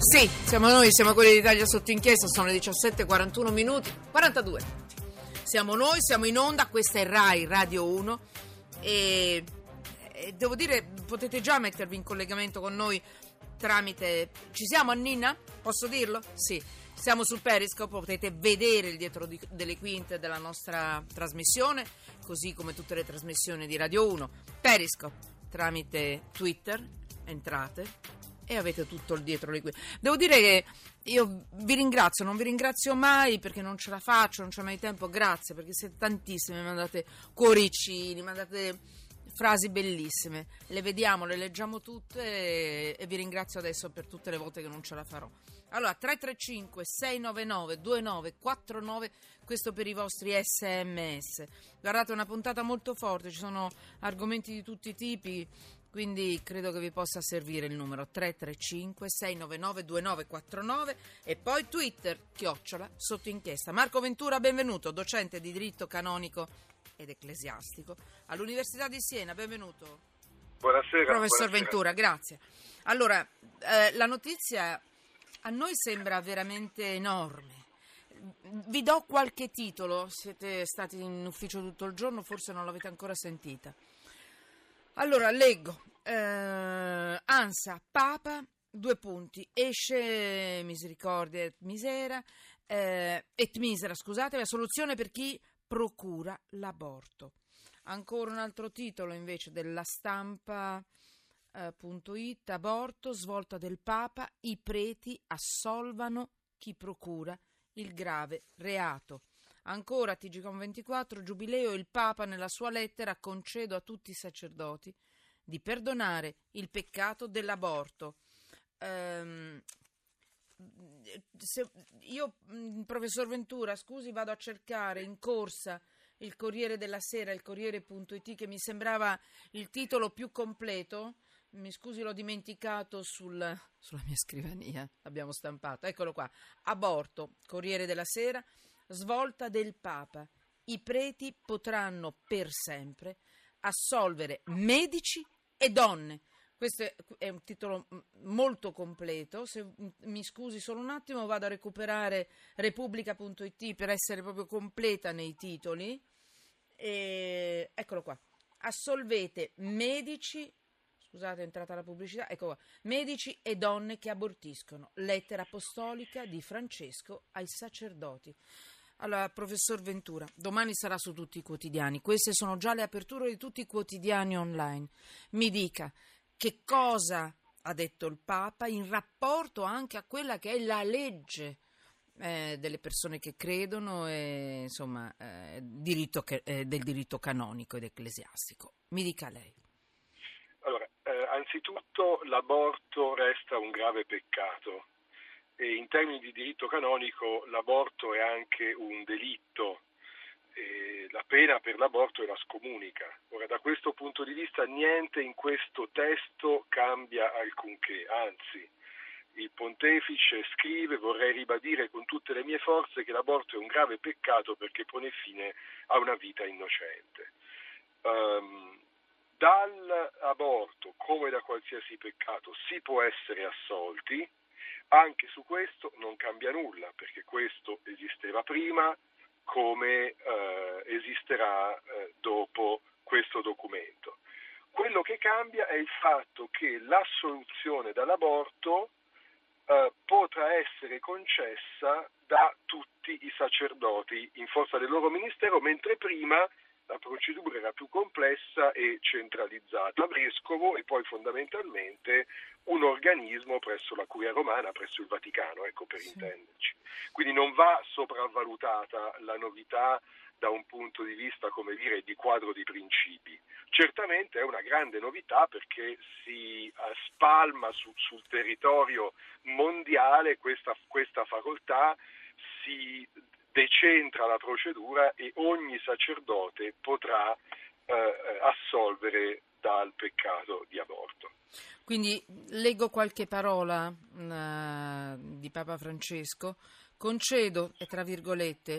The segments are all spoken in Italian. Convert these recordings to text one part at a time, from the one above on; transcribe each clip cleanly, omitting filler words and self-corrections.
Sì, siamo noi, siamo quelli d'Italia sotto inchiesta, sono le 17:41 minuti, 42. Siamo noi, siamo in onda, questa è Rai Radio 1 e devo dire, potete già mettervi in collegamento con noi tramite... Ci siamo, Annina? Posso dirlo? Sì. Siamo su Periscope, potete vedere il dietro delle quinte della nostra trasmissione, così come tutte le trasmissioni di Radio 1. Periscope, tramite Twitter, entrate e avete tutto il dietro le quinte. Devo dire che io vi ringrazio, non vi ringrazio mai perché non ce la faccio, non c'è mai tempo, grazie perché siete tantissimi, mi mandate cuoricini, mandate frasi bellissime, le vediamo, le leggiamo tutte e vi ringrazio adesso per tutte le volte che non ce la farò. Allora, 335-699-2949, questo per i vostri SMS. Guardate, una puntata molto forte, ci sono argomenti di tutti i tipi, quindi credo che vi possa servire il numero 335-699-2949 e poi Twitter, @ sotto inchiesta. Marco Ventura, benvenuto, docente di diritto canonico ed ecclesiastico all'Università di Siena, benvenuto. Buonasera. Professor buonasera. Ventura, grazie. Allora, la notizia a noi sembra veramente enorme. Vi do qualche titolo, siete stati in ufficio tutto il giorno, forse non l'avete ancora sentita. Allora, leggo. ANSA, Papa, 2 punti. Esce misericordia et misera, scusate, la soluzione per chi procura l'aborto. Ancora un altro titolo invece della stampa.it, aborto, svolta del Papa, i preti assolvano chi procura il grave reato. Ancora TGCOM24, giubileo, il Papa nella sua lettera concedo a tutti i sacerdoti di perdonare il peccato dell'aborto. Io, professor Ventura, scusi, vado a cercare in corsa il Corriere della Sera, il Corriere.it, che mi sembrava il titolo più completo. Mi scusi, l'ho dimenticato sulla mia scrivania, l'abbiamo stampato, eccolo qua. Aborto, Corriere della Sera, svolta del Papa, i preti potranno per sempre assolvere medici e donne. Questo è un titolo molto completo, se mi scusi solo un attimo vado a recuperare Repubblica.it per essere proprio completa nei titoli. Eccolo qua, assolvete medici, scusate è entrata la pubblicità, ecco qua, medici e donne che abortiscono, lettera apostolica di Francesco ai sacerdoti. Allora, professor Ventura, domani sarà su tutti i quotidiani, queste sono già le aperture di tutti i quotidiani online, mi dica che cosa ha detto il Papa in rapporto anche a quella che è la legge delle persone che credono e insomma del diritto canonico ed ecclesiastico. Mi dica lei. Allora, anzitutto l'aborto resta un grave peccato e in termini di diritto canonico l'aborto è anche un delitto. La pena per l'aborto è la scomunica. Ora, da questo punto di vista niente in questo testo cambia alcunché, anzi il pontefice scrive: vorrei ribadire con tutte le mie forze che l'aborto è un grave peccato perché pone fine a una vita innocente. Dall'aborto, come da qualsiasi peccato, si può essere assolti. Anche su questo non cambia nulla, perché questo esisteva prima come esisterà dopo questo documento. Quello che cambia è il fatto che l'assoluzione dall'aborto potrà essere concessa da tutti i sacerdoti in forza del loro ministero, mentre prima la procedura era più complessa e centralizzata, vescovo e poi fondamentalmente un organismo presso la Curia Romana, presso il Vaticano, ecco, per intenderci. Quindi non va sopravvalutata la novità da un punto di vista, come dire, di quadro di principi. Certamente è una grande novità perché si spalma sul territorio mondiale questa facoltà, si decentra la procedura e ogni sacerdote potrà assolvere dal peccato di aborto. Quindi leggo qualche parola di Papa Francesco. Concedo, tra virgolette,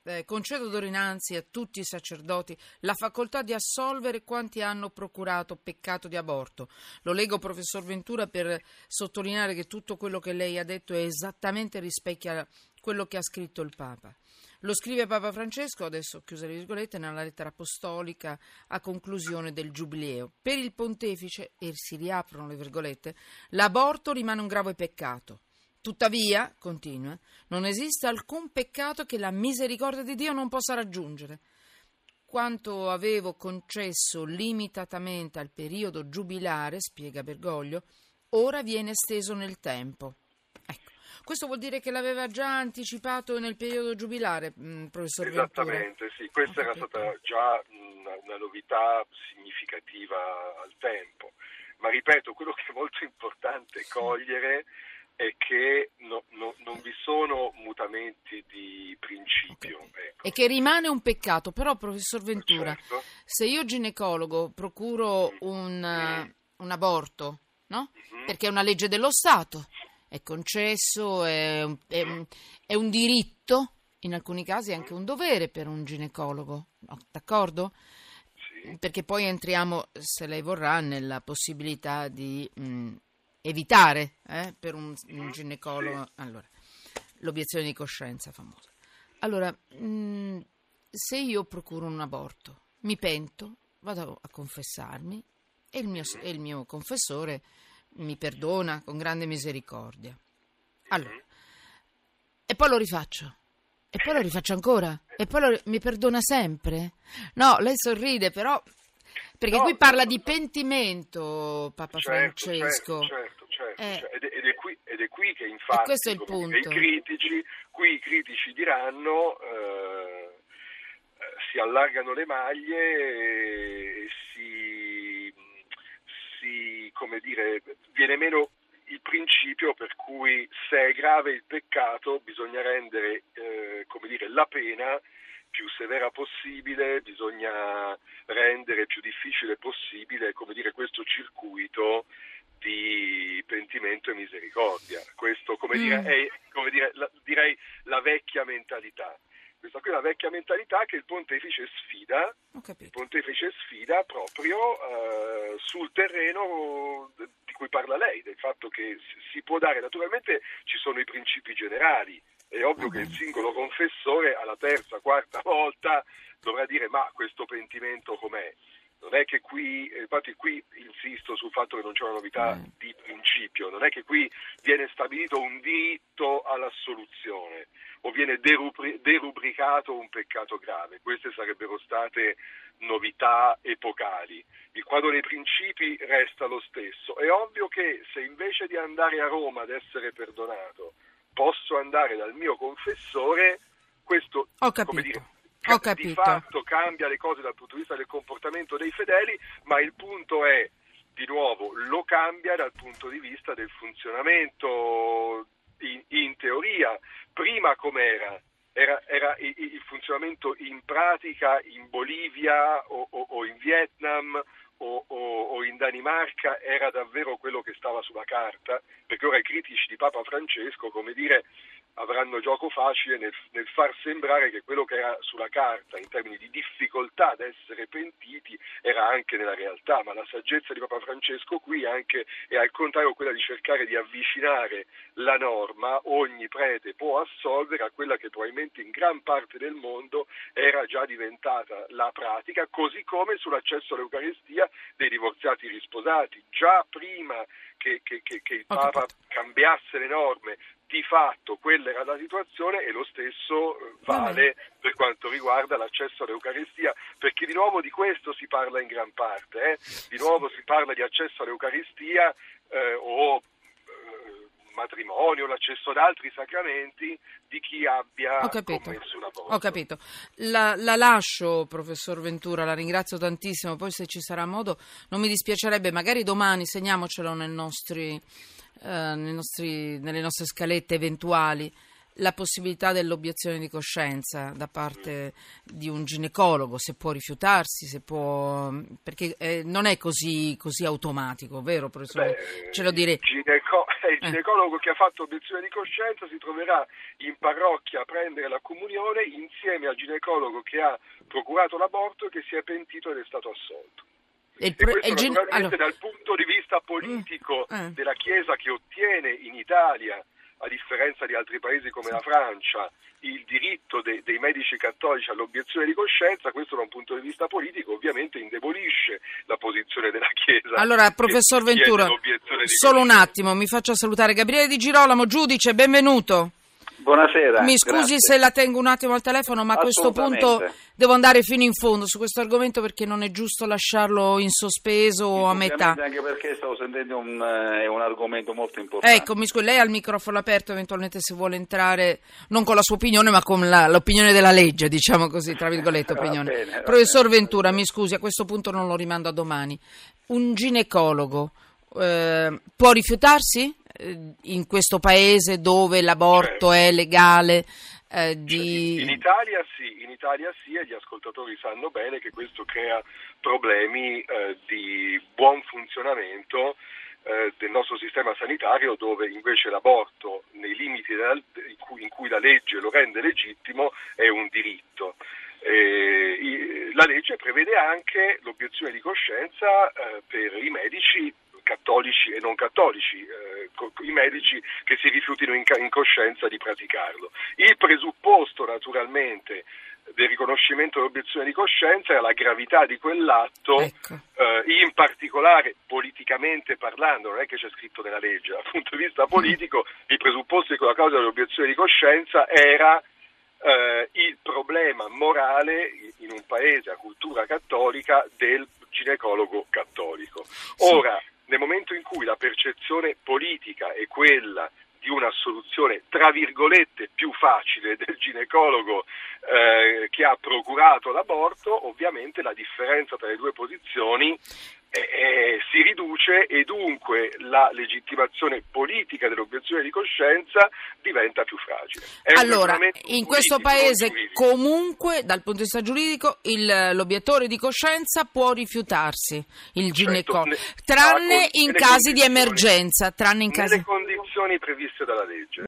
concedo d'ora innanzi a tutti i sacerdoti la facoltà di assolvere quanti hanno procurato peccato di aborto. Lo leggo, professor Ventura, per sottolineare che tutto quello che lei ha detto è esattamente rispecchia quello che ha scritto il Papa. Lo scrive Papa Francesco, adesso chiuse le virgolette, nella lettera apostolica a conclusione del Giubileo. Per il pontefice, e si riaprono le virgolette, l'aborto rimane un grave peccato. Tuttavia, continua, non esiste alcun peccato che la misericordia di Dio non possa raggiungere. Quanto avevo concesso limitatamente al periodo giubilare, spiega Bergoglio, ora viene esteso nel tempo. Ecco, questo vuol dire che l'aveva già anticipato nel periodo giubilare, professor Ventura? Esattamente, sì, questa era stata già una novità significativa al tempo, ma ripeto, quello che è molto importante cogliere è che non vi sono mutamenti di principio. Ecco. E che rimane un peccato, però professor Ventura, certo. Se io ginecologo procuro un aborto, no? Perché è una legge dello Stato, è concesso, è un diritto, in alcuni casi è anche un dovere per un ginecologo, no? D'accordo? Sì. Perché poi entriamo, se lei vorrà, nella possibilità di evitare per un ginecologo, sì. Allora, l'obiezione di coscienza famosa. Allora, se io procuro un aborto, mi pento, vado a confessarmi e il mio confessore mi perdona con grande misericordia. Allora, e poi lo rifaccio, e poi lo rifaccio ancora, e poi mi perdona sempre? No, lei sorride, però... Perché qui parla di pentimento, Papa Francesco. Certo. Ed è qui che infatti questo è il punto. I critici diranno si allargano le maglie e come dire, viene meno il principio per cui se è grave il peccato bisogna rendere come dire, la pena più severa possibile, bisogna rendere più difficile possibile, come dire, questo circuito di pentimento e misericordia. Questo, direi la vecchia mentalità. Questa qui è la vecchia mentalità che il pontefice sfida. Il pontefice sfida proprio sul terreno di cui parla lei, del fatto che si può dare, naturalmente ci sono i principi generali. È ovvio che il singolo confessore alla terza, quarta volta dovrà dire ma questo pentimento com'è? Non è che qui, infatti qui insisto sul fatto che non c'è una novità di principio, non è che qui viene stabilito un diritto all'assoluzione o viene derubricato un peccato grave, queste sarebbero state novità epocali. Il quadro dei principi resta lo stesso. È ovvio che se invece di andare a Roma ad essere perdonato posso andare dal mio confessore, questo come dire, di fatto cambia le cose dal punto di vista del comportamento dei fedeli, ma il punto è, di nuovo, lo cambia dal punto di vista del funzionamento in teoria. Prima com'era? Era il funzionamento in pratica in Bolivia o in Vietnam o in Danimarca era davvero quello che stava sulla carta, perché ora i critici di Papa Francesco, come dire, avranno gioco facile nel far sembrare che quello che era sulla carta in termini di difficoltà ad essere pentiti era anche nella realtà, ma la saggezza di Papa Francesco qui anche è al contrario quella di cercare di avvicinare la norma, ogni prete può assolvere, a quella che probabilmente in gran parte del mondo era già diventata la pratica, così come sull'accesso all'Eucaristia dei divorziati risposati. Già prima che il Papa cambiasse le norme, di fatto quella era la situazione e lo stesso vale per quanto riguarda l'accesso all'Eucaristia, perché di nuovo di questo si parla in gran parte, di nuovo si parla di accesso all'Eucaristia o matrimonio, l'accesso ad altri sacramenti di chi abbia commesso un aborto. Ho capito. La lascio, professor Ventura, la ringrazio tantissimo, poi se ci sarà modo non mi dispiacerebbe, magari domani segniamocelo nelle nostre scalette eventuali. la possibilità dell'obiezione di coscienza da parte di un ginecologo, se può rifiutarsi, perché non è così automatico, vero professore? Ce lo direi. Il ginecologo che ha fatto obiezione di coscienza si troverà in parrocchia a prendere la comunione insieme al ginecologo che ha procurato l'aborto e che si è pentito ed è stato assolto. E questo naturalmente dal punto di vista politico della Chiesa, che ottiene in Italia, a differenza di altri paesi come la Francia, il diritto dei medici cattolici all'obiezione di coscienza, questo da un punto di vista politico ovviamente indebolisce la posizione della Chiesa. Allora, professor Ventura, solo un attimo, mi faccio salutare Gabriele Di Girolamo, giudice, benvenuto. Buonasera. Mi scusi se la tengo un attimo al telefono, ma a questo punto devo andare fino in fondo su questo argomento, perché non è giusto lasciarlo in sospeso o a metà. Anche perché stavo sentendo un argomento molto importante. Ecco, mi scusi, lei ha il microfono aperto, eventualmente se vuole entrare, non con la sua opinione, ma con l'opinione della legge, diciamo così, tra virgolette, opinione. Va bene. Professor Ventura, mi scusi, a questo punto non lo rimando a domani. Un ginecologo può rifiutarsi in questo paese dove l'aborto è legale? In Italia sì, e gli ascoltatori sanno bene che questo crea problemi di buon funzionamento del nostro sistema sanitario, dove invece l'aborto, nei limiti in cui la legge lo rende legittimo, è un diritto. La legge prevede anche l'obiezione di coscienza per i medici cattolici e non cattolici, i medici che si rifiutino in coscienza di praticarlo. Il presupposto naturalmente del riconoscimento dell'obiezione di coscienza è la gravità di quell'atto, ecco. In particolare politicamente parlando, non è che c'è scritto nella legge, dal punto di vista politico il presupposto di quella causa dell'obiezione di coscienza era il problema morale in un paese a cultura cattolica del ginecologo cattolico. Ora, nel momento in cui la percezione politica è quella di una soluzione, tra virgolette, più facile del ginecologo che ha procurato l'aborto, ovviamente la differenza tra le due posizioni si riduce e dunque la legittimazione politica dell'obiezione di coscienza diventa più fragile. Allora, in questo paese comunque dal punto di vista giuridico l'obiettore di coscienza può rifiutarsi il ginecologo, tranne in casi di emergenza, nelle condizioni previste dalla legge.